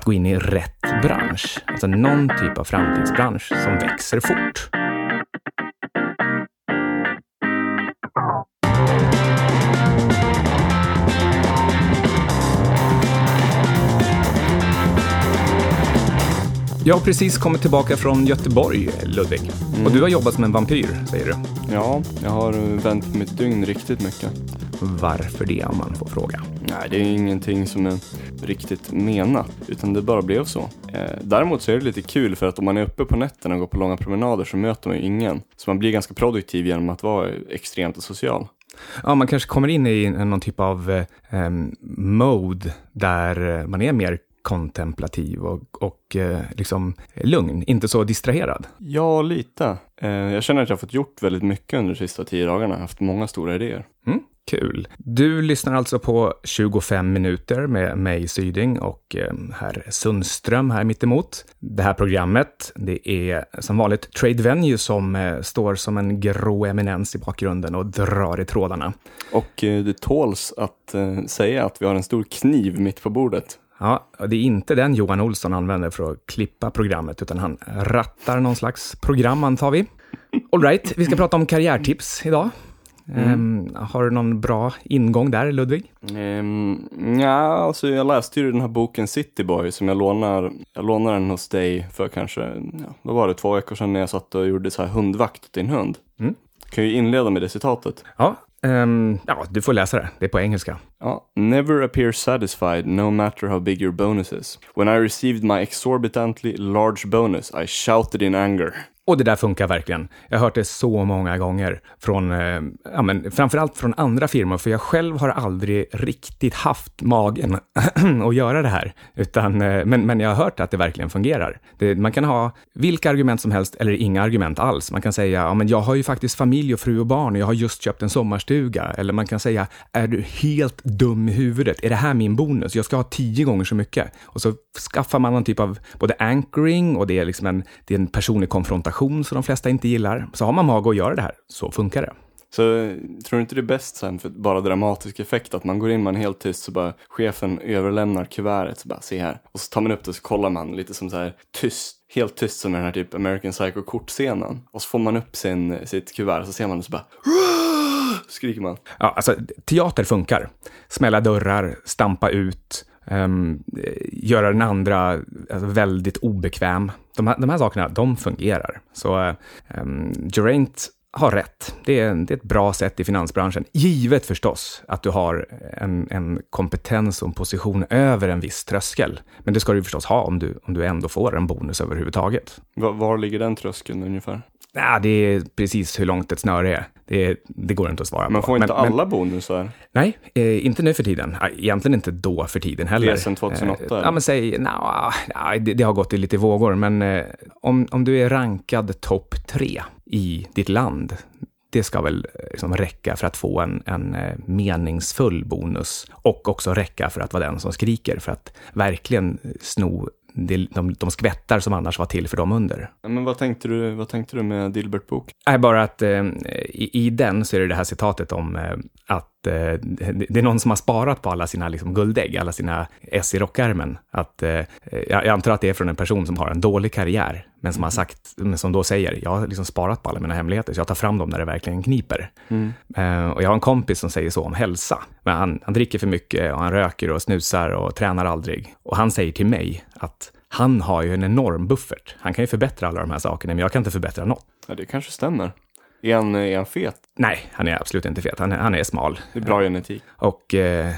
att gå in i rätt bransch. Alltså någon typ av framtidsbransch som växer fort. Jag har precis kommit tillbaka från Göteborg, Ludvig. Och du har jobbat som en vampyr, säger du? Ja, jag har vänt mitt dygn riktigt mycket. Varför det, om man får fråga? Nej, det är ingenting som är riktigt menat, utan det bara blev så. Däremot så är det lite kul, för att om man är uppe på nätterna och går på långa promenader så möter man ju ingen. Så man blir ganska produktiv genom att vara extremt social. Ja, man kanske kommer in i någon typ av mode där man är mer kontemplativ och liksom lugn, inte så distraherad. Ja, lite. Jag känner att jag har fått gjort väldigt mycket under de sista 10 dagarna. Haft många stora idéer. Kul. Du lyssnar alltså på 25 minuter med mig, Syding, och herr Sundström här mitt emot. Det här programmet, det är som vanligt Trade Venue som står som en grå eminens i bakgrunden och drar i trådarna. Och det tåls att säga att vi har en stor kniv mitt på bordet. Ja, det är inte den Johan Olsson använder för att klippa programmet, utan han rattar någon slags program, antar vi. All right, vi ska prata om karriärtips idag. Har du någon bra ingång där, Ludvig? Ja, alltså jag läste ju den här boken City Boy som jag lånar den hos dig för kanske, vad var det, 2 veckor sedan när jag satt och gjorde så här hundvakt åt din hund. Kan ju inleda med det citatet. Ja, du får läsa det. Det är på engelska. Ja. Never appear satisfied no matter how big your bonus is. When I received my exorbitantly large bonus, I shouted in anger. Och det där funkar verkligen. Jag har hört det så många gånger från, framförallt från andra firmor, för jag själv har aldrig riktigt haft magen att göra det här. Men jag har hört att det verkligen fungerar. Man kan ha vilka argument som helst eller inga argument alls. Man kan säga, men jag har ju faktiskt familj och fru och barn och jag har just köpt en sommarstuga. Eller man kan säga, är du helt dum i huvudet? Är det här min bonus? Jag ska ha 10 gånger så mycket. Och så skaffar man någon typ av både anchoring, och det är liksom det är en personlig konfrontation som de flesta inte gillar. Så har man mag att göra det här, så funkar det. Så tror du inte det är bäst sen för bara dramatisk effekt att man går in, man är helt tyst, så bara chefen överlämnar kuvertet, så bara, se här. Och så tar man upp det och så kollar man lite som så här tyst, helt tyst som den här typ American Psycho-kortscenen. Och så får man upp sitt kuvert och så ser man det, så bara skriker man. Ja, alltså teater funkar. Smälla dörrar, stampa ut, göra den andra väldigt obekväm. De här sakerna, de fungerar. Så Geraint har rätt. Det är ett bra sätt i finansbranschen. Givet förstås att du har en kompetens och en position över en viss tröskel. Men det ska du förstås ha om du ändå får en bonus överhuvudtaget. Var ligger den tröskeln ungefär? Ja, det är precis hur långt ett snöre är. Det går inte att svara på. Man får inte alla bonusar? Nej, inte nu för tiden. Egentligen inte då för tiden heller. Det är sedan 2008? Ja, men säg, det har gått i lite vågor. Men om du är rankad topp 3 i ditt land, det ska väl liksom räcka för att få en meningsfull bonus. Och också räcka för att vara den som skriker. För att verkligen sno de skvättar som annars var till för dem under. Men vad tänkte du med Dilbert bok? Bara att i den så är det här citatet om att det är någon som har sparat på alla sina liksom guldägg, alla sina S i rockärmen. Att jag antar att det är från en person som har en dålig karriär, men som har sagt, som då säger, jag har liksom sparat på alla mina hemligheter så jag tar fram dem när det verkligen kniper. Och jag har en kompis som säger så om hälsa. Men han dricker för mycket och han röker och snusar och tränar aldrig. Och han säger till mig att han har ju en enorm buffert. Han kan ju förbättra alla de här sakerna, men jag kan inte förbättra något. Ja, det kanske stämmer. Är han fet? Nej, han är absolut inte fet. Han är smal. Det är bra genetik. Och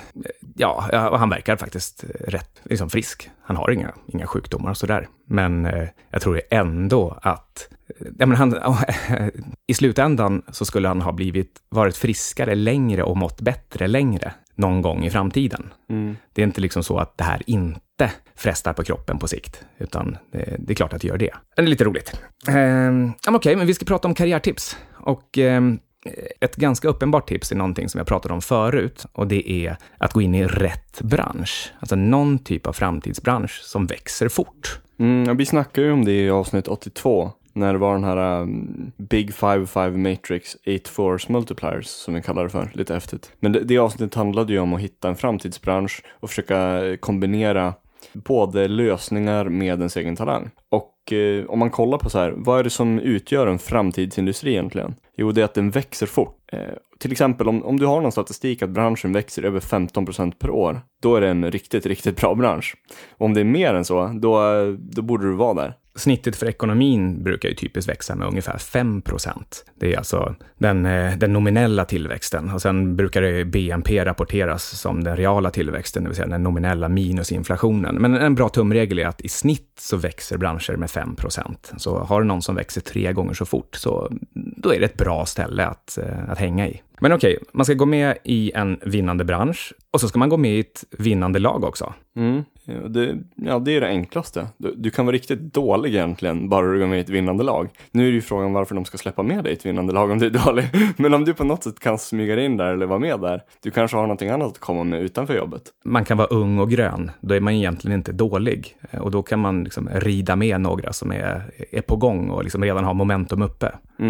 och han verkar faktiskt rätt liksom frisk. Han har inga sjukdomar och sådär. Men jag tror ändå att i slutändan så skulle han ha varit friskare längre och mått bättre längre någon gång i framtiden. Det är inte liksom så att det här inte frestar på kroppen på sikt, utan det är klart att det gör det. Det är lite roligt. Okej, men vi ska prata om karriärtips. Och ett ganska uppenbart tips är någonting som jag pratade om förut, och det är att gå in i rätt bransch. Alltså någon typ av framtidsbransch som växer fort. Vi snackade ju om det i avsnitt 82. När det var den här Big 5-5 Matrix 8 Force Multipliers som vi kallar det för, lite häftigt. Men det avsnittet handlade ju om att hitta en framtidsbransch och försöka kombinera både lösningar med ens egen talang. Och om man kollar på så här, vad är det som utgör en framtidsindustri egentligen? Jo, det är att den växer fort. Till exempel om du har någon statistik att branschen växer över 15% per år, då är det en riktigt, riktigt bra bransch. Och om det är mer än så, då borde du vara där. Snittet för ekonomin brukar ju typiskt växa med ungefär 5%. Det är alltså den nominella tillväxten. Och sen brukar det BNP rapporteras som den reala tillväxten, det vill säga den nominella minus inflationen. Men en bra tumregel är att i snitt så växer branscher med 5%. Så har du någon som växer 3 gånger så fort, så då är det ett bra ställe att hänga i. Men okej, man ska gå med i en vinnande bransch och så ska man gå med i ett vinnande lag också. Det är det enklaste. Du kan vara riktigt dålig egentligen bara du går med i ett vinnande lag. Nu är det ju frågan varför de ska släppa med dig i ett vinnande lag om du är dålig. Men om du på något sätt kan smyga in där eller vara med där, du kanske har någonting annat att komma med utanför jobbet. Man kan vara ung och grön, då är man egentligen inte dålig. Och då kan man liksom rida med några som är på gång och liksom redan har momentum uppe.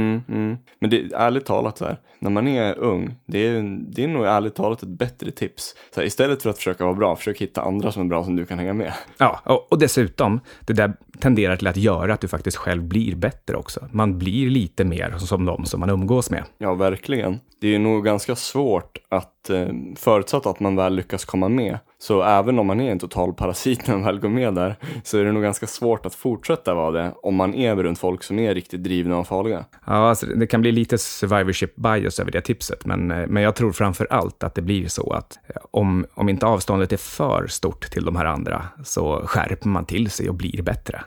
Men det är ärligt talat så här, när man är ung, det är nog ärligt talat ett bättre tips. Så här, istället för att försöka vara bra, försök hitta andra som är bra som du kan hänga med. Ja, och dessutom, det där tenderar till att göra att du faktiskt själv blir bättre också. Man blir lite mer som de som man umgås med. Ja, verkligen. Det är nog ganska svårt att förutsatt att man väl lyckas komma med. Så även om man är en total parasit när man väl går med där, så är det nog ganska svårt att fortsätta vara det om man är runt folk som är riktigt drivna och farliga. Ja, alltså det kan bli lite survivorship bias över det tipset, men jag tror framför allt att det blir så att om inte avståndet är för stort till de här andra, så skärper man till sig och blir bättre.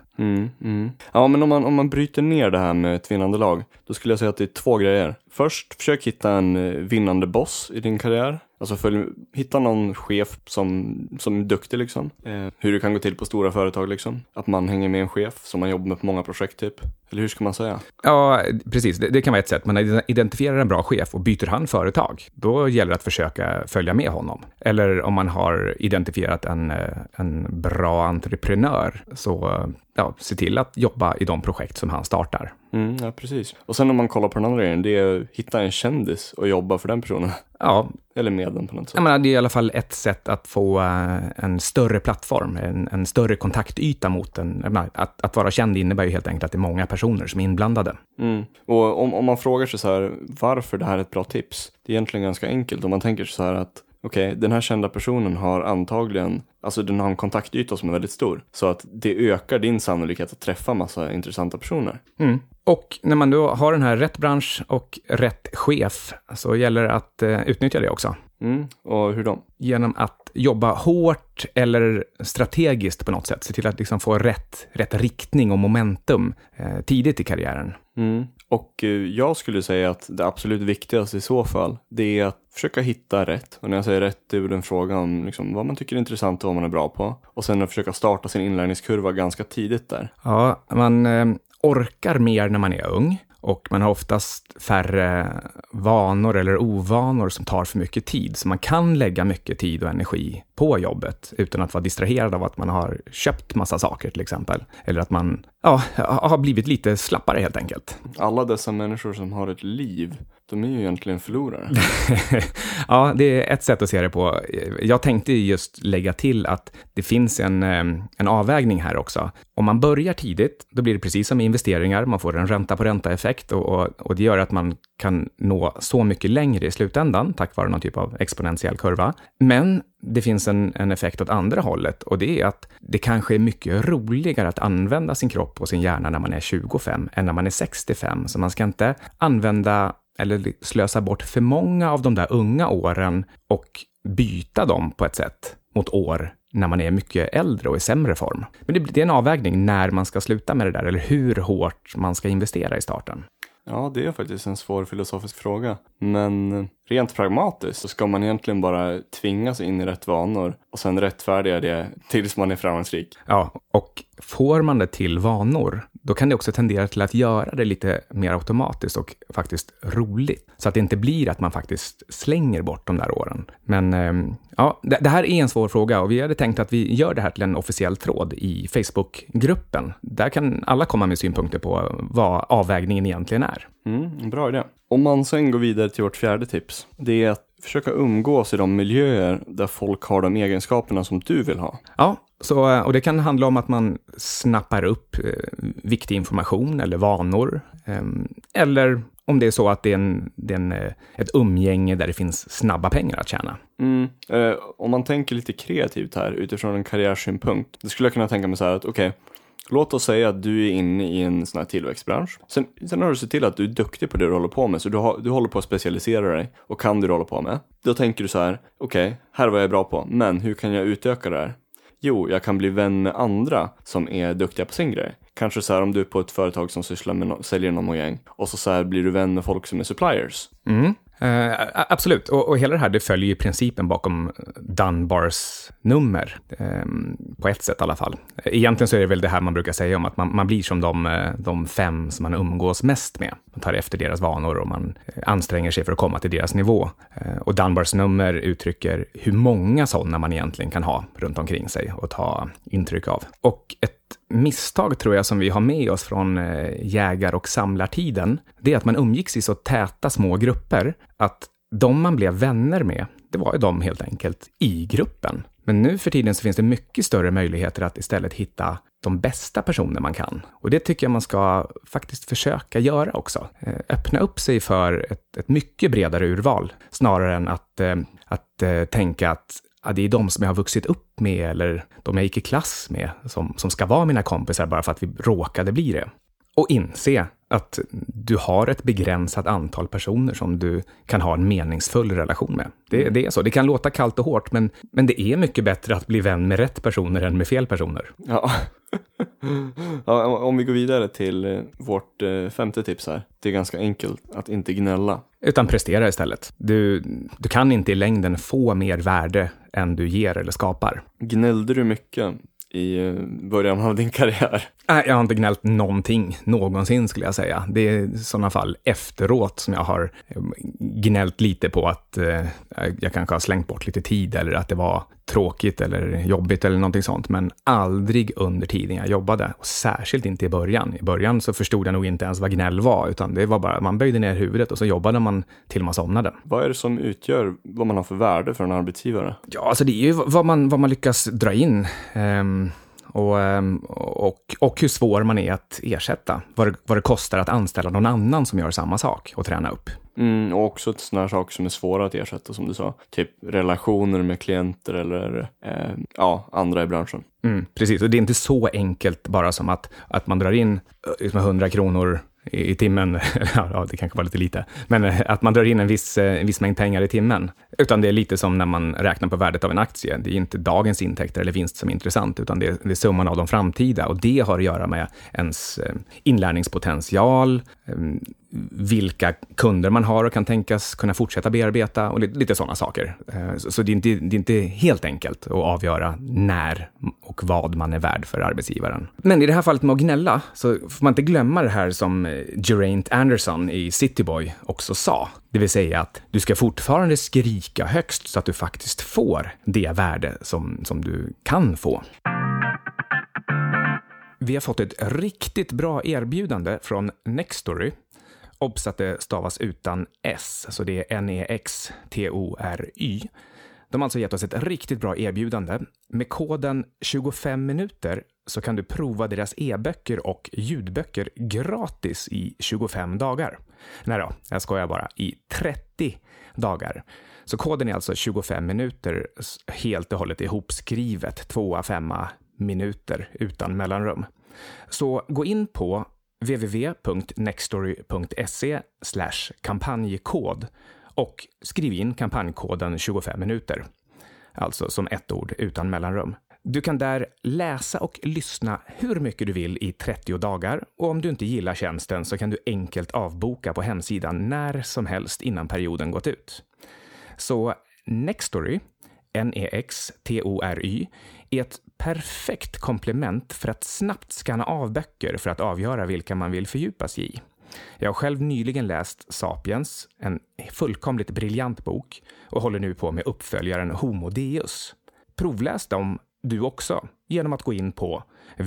Ja, men om man bryter ner det här med ett vinnande lag, då skulle jag säga att det är 2 grejer. Först, försök hitta en vinnande boss i din karriär. Alltså hitta någon chef som är duktig liksom. Hur det kan gå till på stora företag liksom. Att man hänger med en chef som man jobbar med på många projekt typ. Eller hur ska man säga? Ja, precis. Det kan vara ett sätt. Man identifierar en bra chef och byter han företag, då gäller det att försöka följa med honom. Eller om man har identifierat en bra entreprenör, så se till att jobba i de projekt som han startar. Ja, precis. Och sen om man kollar på den andra grejen, det är att hitta en kändis och jobba för den personen. Ja. Eller med den på något sätt. Jag menar, det är i alla fall ett sätt att få en större plattform, en större kontaktyta mot en. Att vara känd innebär ju helt enkelt att det är många personer som är inblandade. Och om man frågar sig så här, varför det här är ett bra tips? Det är egentligen ganska enkelt. Om man tänker så här att okej, den här kända personen har antagligen, alltså den har en kontaktyta som är väldigt stor. Så att det ökar din sannolikhet att träffa massa intressanta personer. Och när man då har den här rätt bransch och rätt chef, så gäller det att utnyttja det också. Och hur då? Genom att jobba hårt eller strategiskt på något sätt. Se till att liksom få rätt riktning och momentum tidigt i karriären. Och jag skulle säga att det absolut viktigaste i så fall, det är att försöka hitta rätt. Och när jag säger rätt, det är väl en fråga om liksom, vad man tycker är intressant och vad man är bra på. Och sen att försöka starta sin inlärningskurva ganska tidigt där. Ja, man orkar mer när man är ung. Och man har oftast färre vanor eller ovanor som tar för mycket tid. Så man kan lägga mycket tid och energi på jobbet utan att vara distraherad av att man har köpt massa saker till exempel. Eller att man har blivit lite slappare helt enkelt. Alla dessa människor som har ett liv, de är ju egentligen förlorare. Ja, det är ett sätt att se det på. Jag tänkte just lägga till att det finns en avvägning här också. Om man börjar tidigt, då blir det precis som investeringar. Man får en ränta på ränta-effekt och det gör att man kan nå så mycket längre i slutändan tack vare någon typ av exponentiell kurva. Men det finns en effekt åt andra hållet, och det är att det kanske är mycket roligare att använda sin kropp och sin hjärna när man är 25 än när man är 65. Så man ska inte använda eller slösa bort för många av de där unga åren och byta dem på ett sätt mot år när man är mycket äldre och i sämre form. Men det är en avvägning när man ska sluta med det där, eller hur hårt man ska investera i starten. Ja, det är faktiskt en svår filosofisk fråga. Men rent pragmatiskt så ska man egentligen bara tvinga sig in i rätt vanor och sen rättfärdiga det tills man är framgångsrik. Ja, och får man det till vanor, då kan det också tendera till att göra det lite mer automatiskt och faktiskt roligt. Så att det inte blir att man faktiskt slänger bort de där åren. Men det här är en svår fråga, och vi hade tänkt att vi gör det här till en officiell tråd i Facebookgruppen. Där kan alla komma med synpunkter på vad avvägningen egentligen är. Bra idé. Om man sen går vidare till vårt 4:e tips, det är att försöka umgås i de miljöer där folk har de egenskaperna som du vill ha. Ja, Och det kan handla om att man snappar upp viktig information eller vanor. Eller om det är så att det är ett umgänge där det finns snabba pengar att tjäna. Om man tänker lite kreativt här utifrån en karriärsynpunkt. Det skulle jag kunna tänka mig så här att okej, låt oss säga att du är inne i en sån här tillväxtbransch. Sen har du sett till att du är duktig på det du håller på med. Så du håller på att specialisera dig. Och kan du hålla på med. Då tänker du så här, okej, här var jag bra på. Men hur kan jag utöka det här? Jo, jag kan bli vän med andra som är duktiga på sin grej. Kanske så här om du är på ett företag som sysslar med säljer någon mojäng. Och så här blir du vän med folk som är suppliers. Absolut, och hela det här det följer ju principen bakom Dunbars nummer på ett sätt i alla fall. Egentligen så är det väl det här man brukar säga om att man blir som de 5 som man umgås mest med. Man tar efter deras vanor och man anstränger sig för att komma till deras nivå. Och Dunbars nummer uttrycker hur många sådana man egentligen kan ha runt omkring sig och ta intryck av. Och ett misstag tror jag som vi har med oss från jägar- och samlartiden, det är att man umgicks i så täta små grupper att de man blev vänner med, det var ju de helt enkelt i gruppen. Men nu för tiden så finns det mycket större möjligheter att istället hitta de bästa personer man kan. Och det tycker jag man ska faktiskt försöka göra också. Öppna upp sig för ett mycket bredare urval snarare än att tänka att det är de som jag har vuxit upp med eller de jag gick i klass med som ska vara mina kompisar bara för att vi råkade bli det. Och inse att du har ett begränsat antal personer som du kan ha en meningsfull relation med. Det är så. Det kan låta kallt och hårt, men det är mycket bättre att bli vän med rätt personer än med fel personer. Ja. Ja, om vi går vidare till vårt 5:e tips här. Det är ganska enkelt att inte gnälla. Utan prestera istället. Du kan inte i längden få mer värde än du ger eller skapar. Gnällde du mycket i början av din karriär? Nej, jag har inte gnällt någonsin skulle jag säga. Det är i sådana fall efteråt som jag har gnällt lite på att jag kanske har slängt bort lite tid eller att det var tråkigt eller jobbigt eller någonting sånt. Men aldrig under tiden jag jobbade. Och särskilt inte i början. I början så förstod jag nog inte ens vad gnäll var. Utan det var bara, man böjde ner huvudet och så jobbade man till man somnade. Vad är det som utgör vad man har för värde för en arbetsgivare? Ja, alltså det är ju vad man lyckas dra in. Och hur svår man är att ersätta. Vad det kostar att anställa någon annan som gör samma sak och träna upp. Och också ett sådana saker som är svåra att ersätta som du sa. Typ relationer med klienter eller andra i branschen. Precis, och det är inte så enkelt bara som att man drar in 100 kronor i timmen, ja det kanske var lite, men att man drar in en viss mängd pengar i timmen. Utan det är lite som när man räknar på värdet av en aktie. Det är inte dagens intäkter eller vinst som är intressant, utan det är summan av de framtida. Och det har att göra med ens inlärningspotential, vilka kunder man har och kan tänkas kunna fortsätta bearbeta och lite sådana saker. Så det är inte helt enkelt att avgöra när och vad man är värd för arbetsgivaren. Men i det här fallet med att gnälla så får man inte glömma det här som Geraint Anderson i City Boy också sa. Det vill säga att du ska fortfarande skrika högst så att du faktiskt får det värde som du kan få. Vi har fått ett riktigt bra erbjudande från Nextory. Obs att det stavas utan S, så det är NEXTORY. De har alltså gett oss ett riktigt bra erbjudande. Med koden 25 minuter så kan du prova deras e-böcker och ljudböcker gratis i 25 dagar. Nej då, jag skojar bara, i 30 dagar. Så koden är alltså 25 minuter helt och hållet ihopskrivet, 2-5 minuter utan mellanrum. Så gå in på www.nextory.se/kampanjkod och skriv in kampanjkoden 25 minuter. Alltså som ett ord utan mellanrum. Du kan där läsa och lyssna hur mycket du vill i 30 dagar och om du inte gillar tjänsten så kan du enkelt avboka på hemsidan när som helst innan perioden gått ut. Så Nextory, NEXTORY, är ett perfekt komplement för att snabbt skanna av böcker för att avgöra vilka man vill fördjupa sig i. Jag har själv nyligen läst Sapiens, en fullkomligt briljant bok, och håller nu på med uppföljaren Homo Deus. Provläs dem du också genom att gå in på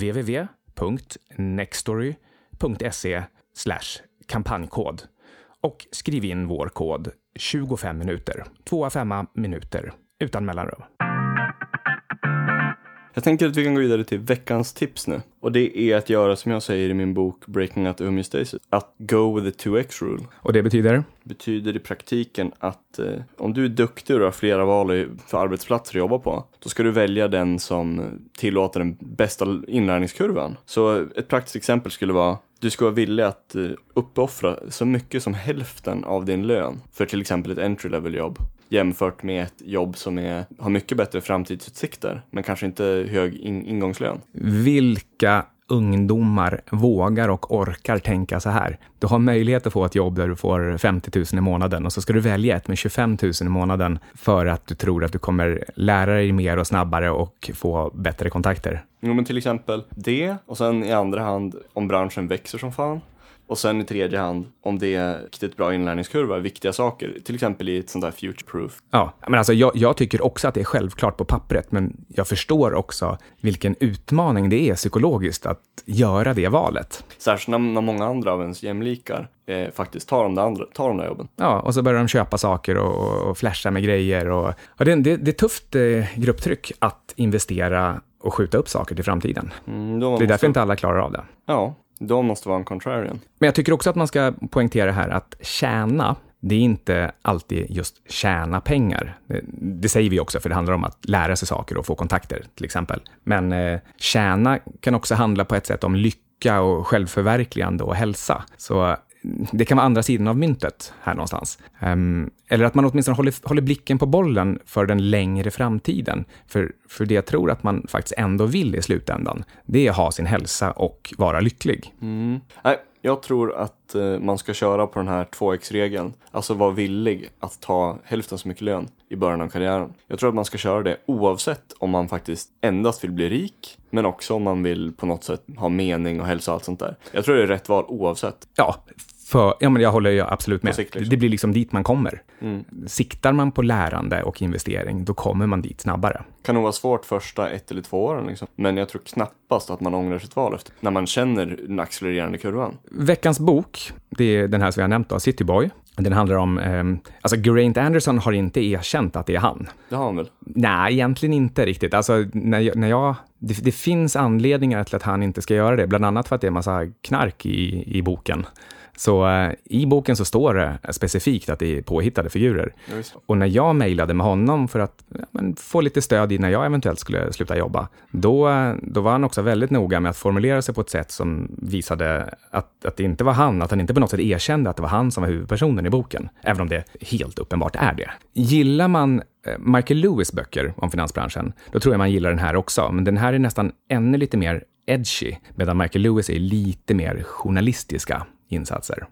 www.nextory.se/kampanjkod och skriv in vår kod 25 minuter, 2-5 minuter utan mellanrum. Jag tänker att vi kan gå vidare till veckans tips nu. Och det är att göra som jag säger i min bok Breaking Out of Homeostasis. Att go with the 2x rule. Och det betyder? Betyder i praktiken att om du är duktig och har flera val för arbetsplatser att jobba på, då ska du välja den som tillåter den bästa inlärningskurvan. Så ett praktiskt exempel skulle vara: du ska vara villig att uppoffra så mycket som hälften av din lön för till exempel ett entry-level-jobb, jämfört med ett jobb som har mycket bättre framtidsutsikter men kanske inte hög ingångslön. Vilka ungdomar vågar och orkar tänka så här? Du har möjlighet att få ett jobb där du får 50 000 i månaden och så ska du välja ett med 25 000 i månaden för att du tror att du kommer lära dig mer och snabbare och få bättre kontakter. Jo, men till exempel det, och sen i andra hand om branschen växer som fan. Och sen i tredje hand, om det är riktigt bra inlärningskurva, viktiga saker, till exempel i ett sånt där future-proof. Ja, men alltså jag tycker också att det är självklart på pappret, men jag förstår också vilken utmaning det är psykologiskt att göra det valet. Särskilt när många andra av ens jämlikar faktiskt tar de där jobben. Ja, och så börjar de köpa saker och flasha med grejer. Och det är tufft grupptryck att investera och skjuta upp saker till framtiden. Det är därför inte alla klarar av det. Ja. De måste vara en contrarian. Men jag tycker också att man ska poängtera här att tjäna, det är inte alltid just tjäna pengar. Det säger vi också, för det handlar om att lära sig saker och få kontakter till exempel. Men tjäna kan också handla på ett sätt om lycka och självförverkligande och hälsa. Så det kan vara andra sidan av myntet här någonstans. Eller att man åtminstone håller blicken på bollen för den längre framtiden. För det jag tror att man faktiskt ändå vill i slutändan, det är att ha sin hälsa och vara lycklig. Nej, jag tror att man ska köra på den här 2x-regeln. Alltså vara villig att ta hälften så mycket lön i början av karriären. Jag tror att man ska köra det oavsett om man faktiskt endast vill bli rik, men också om man vill på något sätt ha mening och hälsa och allt sånt där. Jag tror det är rätt val oavsett. Ja, men jag håller ju absolut med. Sikt, liksom. Det blir liksom dit man kommer. Siktar man på lärande och investering, då kommer man dit snabbare. Kan nog vara svårt första 1 eller 2 åren liksom. Men jag tror knappast att man ångrar sitt val efter, när man känner den accelererande kurvan. Veckans bok, det är den här som jag nämnt då, City Boy. Den handlar om, alltså Geraint Anderson har inte erkänt att det är han. Det har han väl? Nej, egentligen inte riktigt. Alltså det finns anledningar till att han inte ska göra det. Bland annat för att det är en massa knark i boken. Så i boken så står det specifikt att det är påhittade figurer. Och när jag mejlade med honom för att få lite stöd när jag eventuellt skulle sluta jobba, då var han också väldigt noga med att formulera sig på ett sätt som visade att det inte var han, att han inte på något sätt erkände att det var han som var huvudpersonen i boken, även om det helt uppenbart är det. Gillar man Michael Lewis böcker om finansbranschen, då tror jag man gillar den här också, men den här är nästan ännu lite mer edgy, medan Michael Lewis är lite mer journalistiska insatser.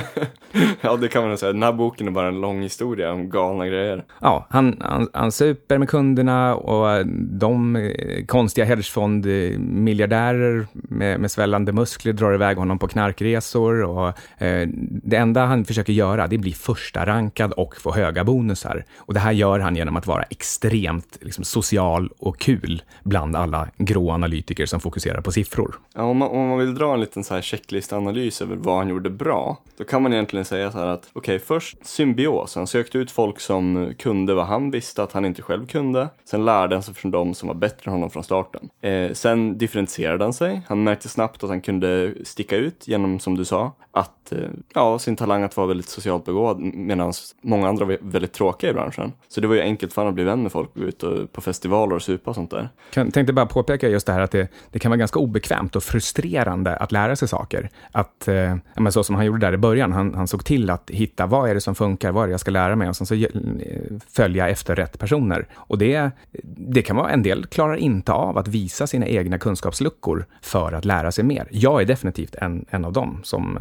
Ja, det kan man nog säga. Den här boken är bara en lång historia om galna grejer. Ja, han super med kunderna och de konstiga hedgefondmiljardärer med svällande muskler drar iväg honom på knarkresor och det enda han försöker göra, det blir första rankad och få höga bonusar. Och det här gör han genom att vara extremt liksom, social och kul bland alla grå analytiker som fokuserar på siffror. Ja, om man vill dra en liten så här checklistanalys över vad han gjorde bra, då kan man egentligen säga så här att först symbios. Han sökte ut folk som kunde vad han visste att han inte själv kunde. Sen lärde han sig från dem som var bättre än honom från starten. Sen differentierade han sig. Han märkte snabbt att han kunde sticka ut genom, som du sa, att sin talang att vara väldigt socialt begåvad, medan många andra var väldigt tråkiga i branschen. Så det var ju enkelt för honom att bli vän med folk och gå ut på festivaler och supa och sånt där. Tänkte bara påpeka just det här att det kan vara ganska obekvämt och frustrerande att lära sig saker. Att, så som han gjorde där i början, han såg till att hitta vad är det som funkar, vad är det jag ska lära mig och sen så följa efter rätt personer. Och det kan vara en del klarar inte av att visa sina egna kunskapsluckor för att lära sig mer. Jag är definitivt en av dem som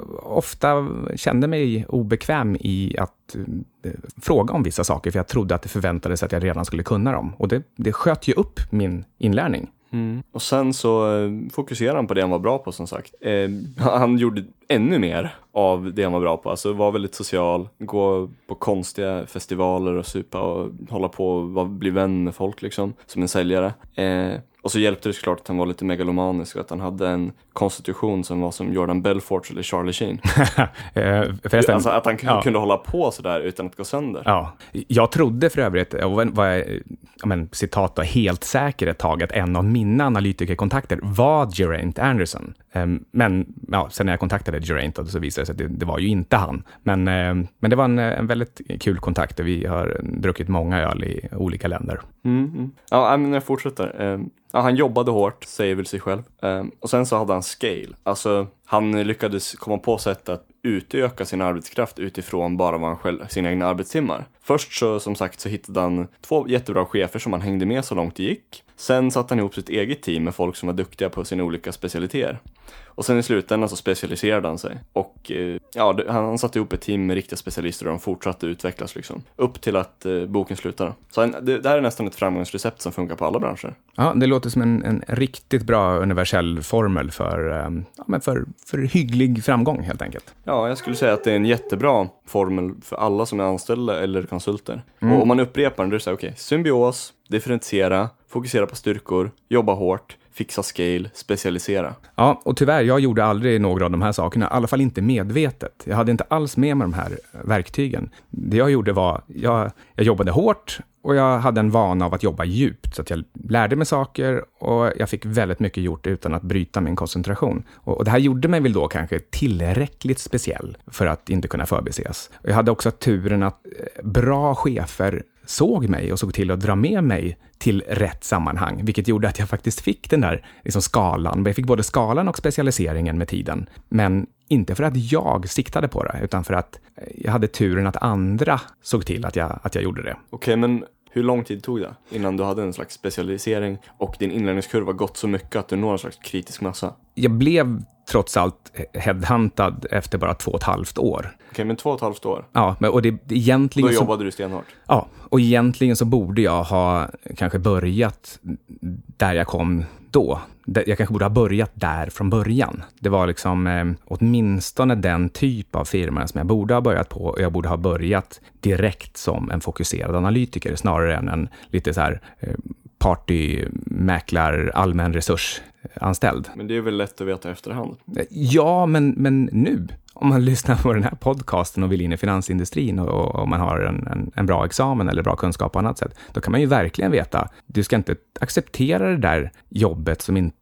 ofta kände mig obekväm i att fråga om vissa saker för jag trodde att det förväntades att jag redan skulle kunna dem. Och det sköt ju upp min inlärning. Och sen så fokuserade han på det han var bra på, som sagt. Han gjorde ännu mer av det han var bra på. Alltså var väldigt social, gå på konstiga festivaler och supa och hålla på och bli vän med folk liksom, som en säljare. Och så hjälpte det såklart att han var lite megalomanisk och att han hade en konstitution som var som Jordan Belfort eller Charlie Sheen. Förresten, alltså att han kunde hålla på sådär utan att gå sönder. Ja, jag trodde för övrigt, och var citat då, helt säker ett tag att en av mina analytikerkontakter var Geraint Anderson. Men sen när jag kontaktade Geraint så visade det sig att det var ju inte han. Men det var en väldigt kul kontakt och vi har druckit många öl i olika länder. Ja, men jag fortsätter. Han jobbade hårt, säger väl sig själv. Och sen så hade han scale. Alltså, han lyckades komma på sätt att utöka sin arbetskraft utifrån bara vad han själv, sina egna arbetstimmar. Först så, som sagt, så hittade han 2 jättebra chefer som han hängde med så långt det gick. Sen satte han ihop sitt eget team med folk som var duktiga på sina olika specialiteter. Och sen i slutändan så specialiserade han sig. Och han satte ihop ett team med riktiga specialister och de fortsatte utvecklas liksom. Upp till att boken slutar. Så det här är nästan ett framgångsrecept som funkar på alla branscher. Ja, det låter som en riktigt bra universell formel för hygglig framgång helt enkelt. Ja, jag skulle säga att det är en jättebra formel för alla som är anställda eller konsulter. Och om man upprepar den, då är det så här, okej, symbios, differentiera, fokusera på styrkor, jobba hårt, fixa scale, specialisera. Ja, och tyvärr, jag gjorde aldrig några av de här sakerna, i alla fall inte medvetet. Jag hade inte alls med mig de här verktygen. Det jag gjorde var, jag jobbade hårt och jag hade en vana av att jobba djupt. Så att jag lärde mig saker och jag fick väldigt mycket gjort utan att bryta min koncentration. Och det här gjorde mig väl då kanske tillräckligt speciell för att inte kunna förbises. Och jag hade också turen att bra chefer såg mig och såg till att dra med mig till rätt sammanhang, vilket gjorde att jag faktiskt fick den där liksom skalan. Jag fick både skalan och specialiseringen med tiden, men inte för att jag siktade på det, utan för att jag hade turen att andra såg till att jag gjorde det. Okej, men hur lång tid tog det innan du hade en slags specialisering och din inlärningskurva gått så mycket att du når en slags kritisk massa? Jag blev trots allt headhuntad efter bara 2,5 år. Okej, men 2,5 år? Ja, och det egentligen... Då jobbade du stenhårt? Ja, och egentligen så borde jag ha kanske börjat där jag kom då. Jag kanske borde ha börjat där från början. Det var liksom åtminstone den typ av firma som jag borde ha börjat på. Och jag borde ha börjat direkt som en fokuserad analytiker snarare än en lite så här partymäklar, allmän resursanställd. Men det är väl lätt att veta i efterhand? Ja, men nu, om man lyssnar på den här podcasten och vill in i finansindustrin och man har en bra examen eller bra kunskap på annat sätt, då kan man ju verkligen veta, du ska inte acceptera det där jobbet som inte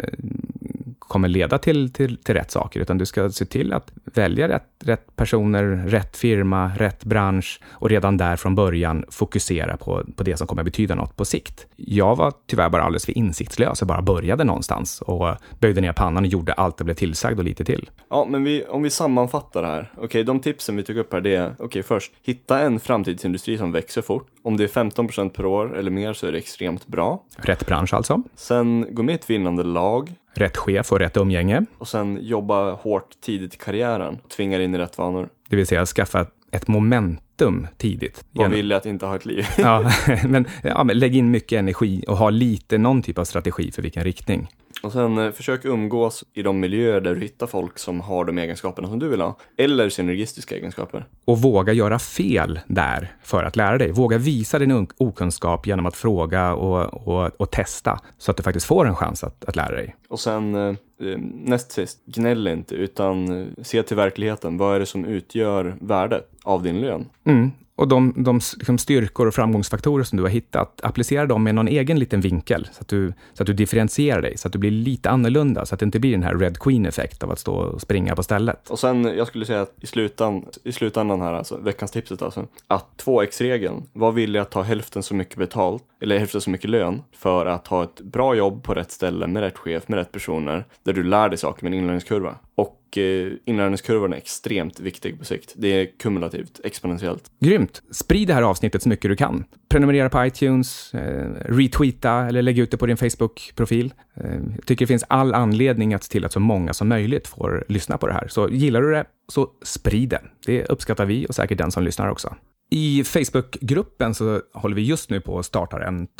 kommer leda till rätt saker, utan du ska se till att välja rätt personer, rätt firma, rätt bransch och redan där från början fokusera på det som kommer betyda något på sikt. Jag var tyvärr bara alldeles för insiktslös och bara började någonstans och böjde ner pannan och gjorde allt det blev tillsagd och lite till. Ja, men om vi sammanfattar det här. Okej, de tipsen vi tog upp här, det är först, hitta en framtidsindustri som växer fort. Om det är 15% per år eller mer så är det extremt bra. Rätt bransch alltså. Sen gå med i ett vinnande lag. Rätt chef och rätt umgänge. Och sen jobba hårt tidigt i karriären. Tvinga in i rätt vanor. Det vill säga skaffa ett momentum tidigt. Vad vill jag att inte ha ett liv? men lägg in mycket energi och ha någon typ av strategi för vilken riktning. Och sen försök umgås i de miljöer där du hittar folk som har de egenskaperna som du vill ha. Eller synergistiska egenskaper. Och våga göra fel där för att lära dig. Våga visa din okunskap genom att fråga och testa. Så att du faktiskt får en chans att lära dig. Och sen näst sist, gnäll inte utan se till verkligheten. Vad är det som utgör värdet av din lön? Och de liksom styrkor och framgångsfaktorer som du har hittat, applicera dem med någon egen liten vinkel så att du differentierar dig, så att du blir lite annorlunda, så att det inte blir den här Red Queen-effekt av att stå och springa på stället. Och sen, jag skulle säga att i slutändan här, alltså, veckans tipset alltså, att 2x-regeln, vad vill jag att ta hälften så mycket betalt, eller hälften så mycket lön, för att ha ett bra jobb på rätt ställe, med rätt chef, med rätt personer, där du lär dig saker med en inlärningskurva. Och inlärningskurvan är extremt viktig på sikt. Det är kumulativt, exponentiellt. Grymt! Sprid det här avsnittet så mycket du kan. Prenumerera på iTunes, retweeta eller lägg ut det på din Facebook-profil. Jag tycker det finns all anledning att se till att så många som möjligt får lyssna på det här. Så gillar du det, så sprid det. Det uppskattar vi och säkert den som lyssnar också. I Facebookgruppen så håller vi just nu på att starta en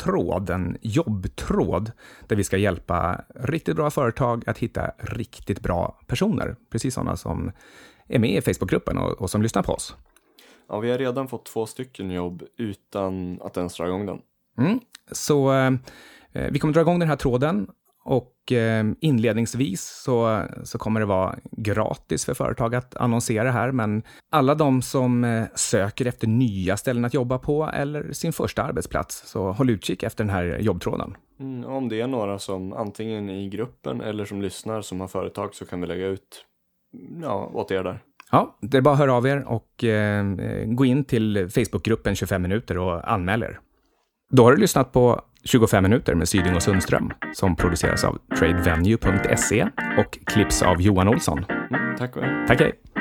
jobbtråd, där vi ska hjälpa riktigt bra företag att hitta riktigt bra personer. Precis sådana som är med i Facebookgruppen och som lyssnar på oss. Ja, vi har redan fått 2 stycken jobb utan att ens dra igång den. Så Vi kommer dra igång den här tråden och inledningsvis så kommer det vara gratis för företag att annonsera här, men alla de som söker efter nya ställen att jobba på eller sin första arbetsplats, så håll utkik efter den här jobbtråden. Om det är några som antingen i gruppen eller som lyssnar som har företag, så kan vi lägga ut åt er där. Ja, det är bara att höra av er och gå in till Facebookgruppen 25 minuter och anmäl er. Då har du lyssnat på 25 minuter med Syding och Sundström, som produceras av tradevenue.se och klipps av Johan Olsson. Tack. Tack, hej.